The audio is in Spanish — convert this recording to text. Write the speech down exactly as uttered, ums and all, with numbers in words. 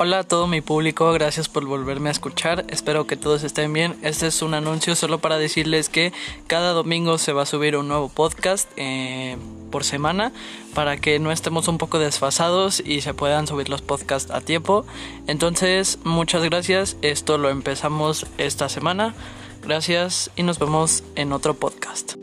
Hola a todo mi público, gracias por volverme a escuchar, espero que todos estén bien. Este es un anuncio solo para decirles que cada domingo se va a subir un nuevo podcast eh, por semana para que no estemos un poco desfasados y se puedan subir los podcasts a tiempo. Entonces, muchas gracias, esto lo empezamos esta semana, gracias y nos vemos en otro podcast.